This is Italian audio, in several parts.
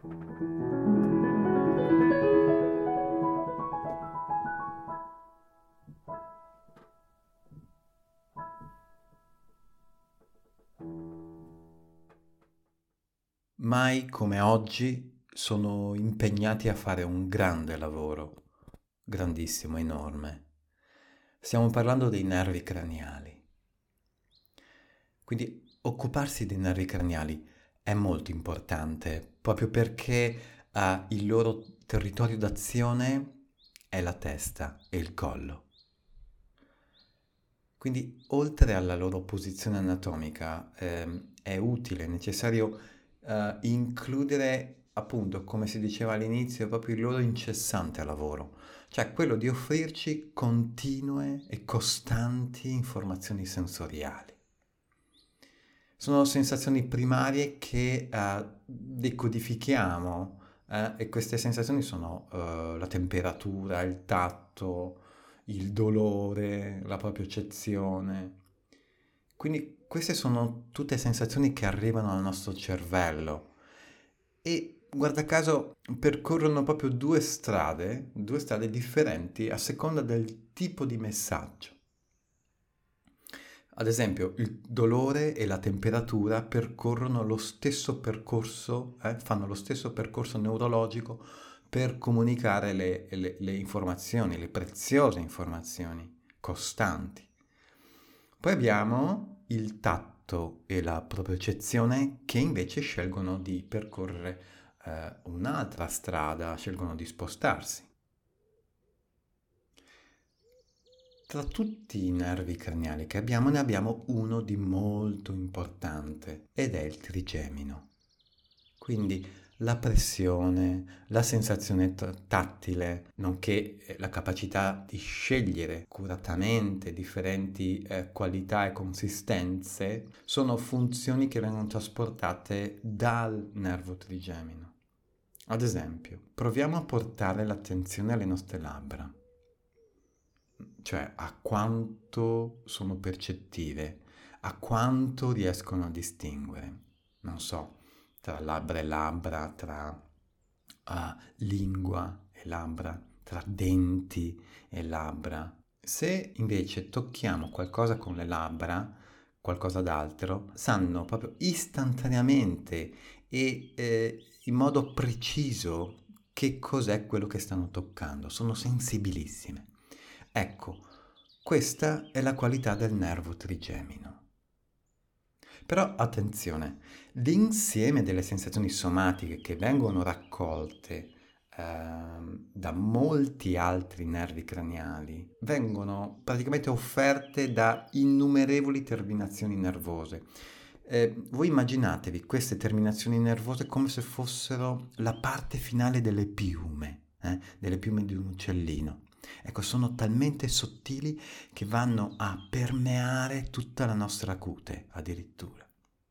Mai come oggi sono impegnati a fare un grande lavoro, grandissimo, enorme. Stiamo parlando dei nervi craniali. Quindi occuparsi dei nervi craniali è molto importante, proprio perché il loro territorio d'azione è la testa e il collo. Quindi, oltre alla loro posizione anatomica, è utile, è necessario includere, appunto, come si diceva all'inizio, proprio il loro incessante lavoro, cioè quello di offrirci continue e costanti informazioni sensoriali. Sono sensazioni primarie che decodifichiamo e queste sensazioni sono la temperatura, il tatto, il dolore, la propiocezione. Quindi queste sono tutte sensazioni che arrivano al nostro cervello e guarda caso percorrono proprio due strade differenti a seconda del tipo di messaggio. Ad esempio, il dolore e la temperatura percorrono lo stesso percorso, fanno lo stesso percorso neurologico per comunicare le informazioni, le preziose informazioni costanti. Poi abbiamo il tatto e la propriocezione che invece scelgono di percorrere un'altra strada, scelgono di spostarsi. Tra tutti i nervi craniali che abbiamo, ne abbiamo uno di molto importante ed è il trigemino. Quindi la pressione, la sensazione tattile, nonché la capacità di scegliere accuratamente differenti qualità e consistenze, sono funzioni che vengono trasportate dal nervo trigemino. Ad esempio, proviamo a portare l'attenzione alle nostre labbra, cioè a quanto sono percettive, a quanto riescono a distinguere, non so, tra labbra, tra lingua e labbra, tra denti e labbra. Se invece tocchiamo qualcosa con le labbra, qualcosa d'altro, sanno proprio istantaneamente e in modo preciso che cos'è quello che stanno toccando, sono sensibilissime. Ecco, questa è la qualità del nervo trigemino. Però attenzione, l'insieme delle sensazioni somatiche che vengono raccolte da molti altri nervi craniali vengono praticamente offerte da innumerevoli terminazioni nervose. Voi immaginatevi queste terminazioni nervose come se fossero la parte finale delle piume di un uccellino. Ecco, sono talmente sottili che vanno a permeare tutta la nostra cute, addirittura.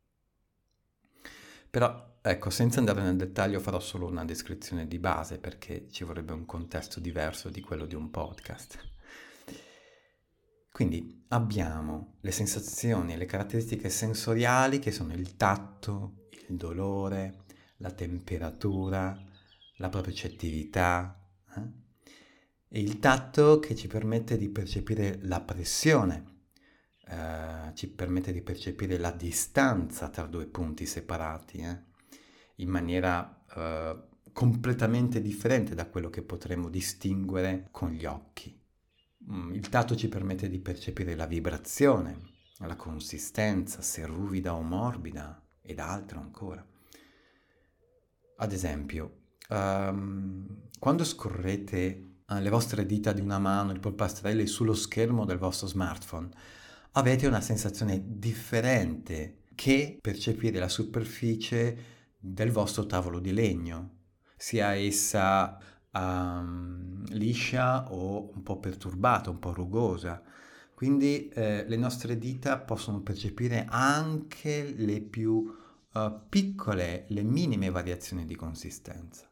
Però, ecco, senza andare nel dettaglio farò solo una descrizione di base perché ci vorrebbe un contesto diverso di quello di un podcast. Quindi abbiamo le sensazioni e le caratteristiche sensoriali che sono il tatto, il dolore, la temperatura, la propriocettività, e il tatto che ci permette di percepire la pressione, ci permette di percepire la distanza tra due punti separati, in maniera completamente differente da quello che potremmo distinguere con gli occhi. Il tatto ci permette di percepire la vibrazione, la consistenza, se ruvida o morbida, ed altro ancora. Ad esempio, quando scorrete le vostre dita di una mano, i polpastrelli sullo schermo del vostro smartphone, avete una sensazione differente che percepire la superficie del vostro tavolo di legno, sia essa liscia o un po' perturbata, un po' rugosa. Quindi le nostre dita possono percepire anche le più piccole, le minime variazioni di consistenza.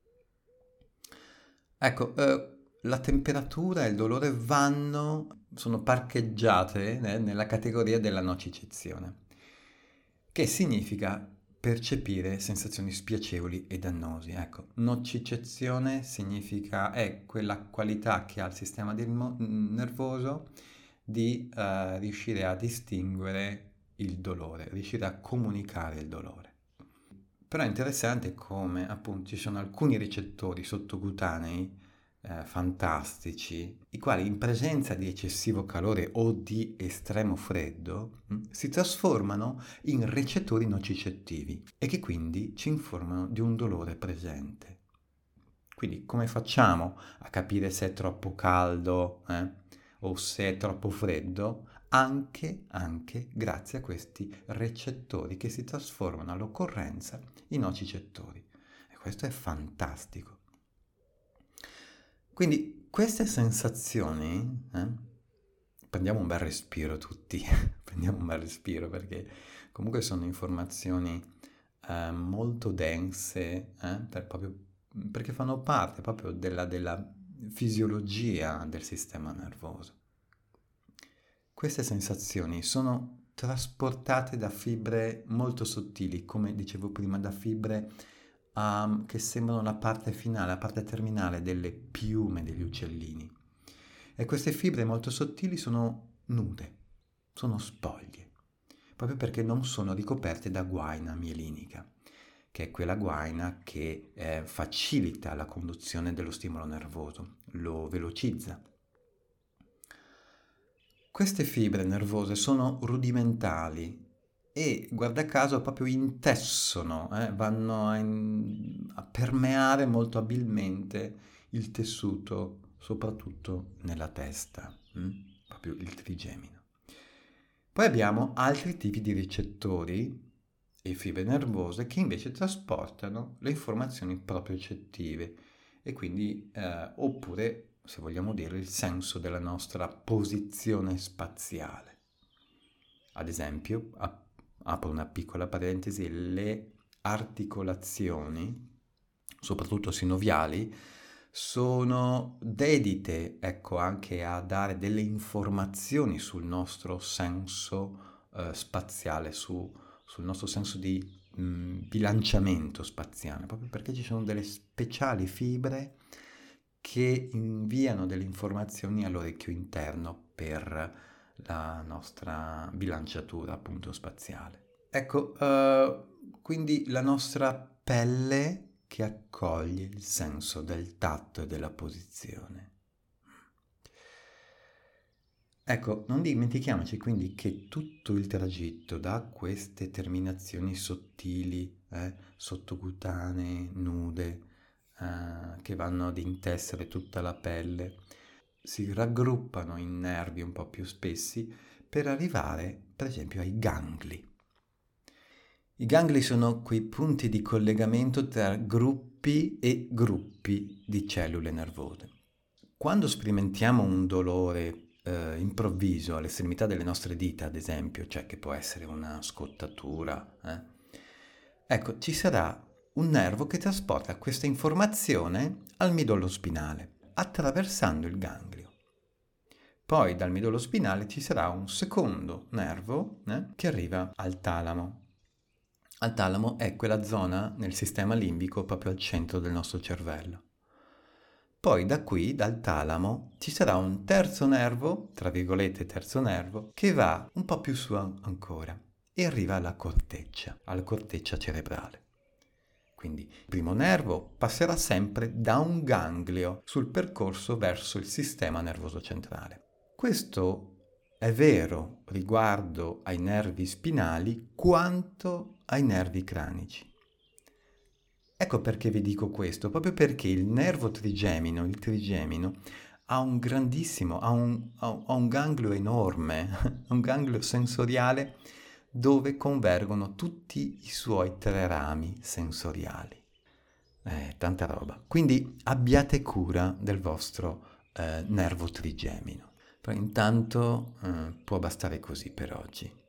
Ecco, la temperatura e il dolore sono parcheggiate nella categoria della nocicezione, che significa percepire sensazioni spiacevoli e dannosi. Ecco, nocicezione significa, è quella qualità che ha il sistema nervoso di riuscire a distinguere il dolore, riuscire a comunicare il dolore. Però è interessante come appunto ci sono alcuni ricettori sottocutanei fantastici, i quali in presenza di eccessivo calore o di estremo freddo si trasformano in recettori nocicettivi e che quindi ci informano di un dolore presente. Quindi come facciamo a capire se è troppo caldo o se è troppo freddo? Anche grazie a questi recettori che si trasformano all'occorrenza in nocicettori. E questo è fantastico. Quindi queste sensazioni, prendiamo un bel respiro tutti, prendiamo un bel respiro perché comunque sono informazioni molto dense, proprio perché fanno parte proprio della fisiologia del sistema nervoso. Queste sensazioni sono trasportate da fibre molto sottili, come dicevo prima, da fibre che sembrano la parte finale, la parte terminale delle piume degli uccellini. E queste fibre molto sottili sono nude, sono spoglie, proprio perché non sono ricoperte da guaina mielinica, che è quella guaina che facilita la conduzione dello stimolo nervoso, lo velocizza. Queste fibre nervose sono rudimentali e, guarda caso, proprio intessono, vanno a permeare molto abilmente il tessuto, soprattutto nella testa, proprio il trigemino. Poi abbiamo altri tipi di ricettori e fibre nervose che invece trasportano le informazioni propriocettive e quindi, oppure, se vogliamo dire, il senso della nostra posizione spaziale. Ad esempio, apro una piccola parentesi, le articolazioni, soprattutto sinoviali, sono dedite, anche a dare delle informazioni sul nostro senso spaziale, sul nostro senso di bilanciamento spaziale, proprio perché ci sono delle speciali fibre che inviano delle informazioni all'orecchio interno per la nostra bilanciatura appunto spaziale. Ecco, quindi la nostra pelle che accoglie il senso del tatto e della posizione. Ecco, non dimentichiamoci quindi che tutto il tragitto da queste terminazioni sottili, sottocutanee, nude, che vanno ad intessere tutta la pelle, si raggruppano in nervi un po' più spessi per arrivare, per esempio, ai gangli. I gangli sono quei punti di collegamento tra gruppi e gruppi di cellule nervose. Quando sperimentiamo un dolore improvviso all'estremità delle nostre dita, ad esempio, cioè che può essere una scottatura, ecco, ci sarà un nervo che trasporta questa informazione al midollo spinale, attraversando il ganglio. Poi dal midollo spinale ci sarà un secondo nervo che arriva al talamo. Al talamo è quella zona nel sistema limbico proprio al centro del nostro cervello. Poi da qui, dal talamo, ci sarà un terzo nervo, tra virgolette terzo nervo, che va un po' più su ancora e arriva alla corteccia cerebrale. Quindi il primo nervo passerà sempre da un ganglio sul percorso verso il sistema nervoso centrale. Questo è vero riguardo ai nervi spinali quanto ai nervi cranici. Ecco perché vi dico questo, proprio perché il nervo trigemino, ha un grandissimo, ha un ganglio enorme, un ganglio sensoriale dove convergono tutti i suoi 3 rami sensoriali. Tanta roba. Quindi abbiate cura del vostro nervo trigemino. Però intanto può bastare così per oggi.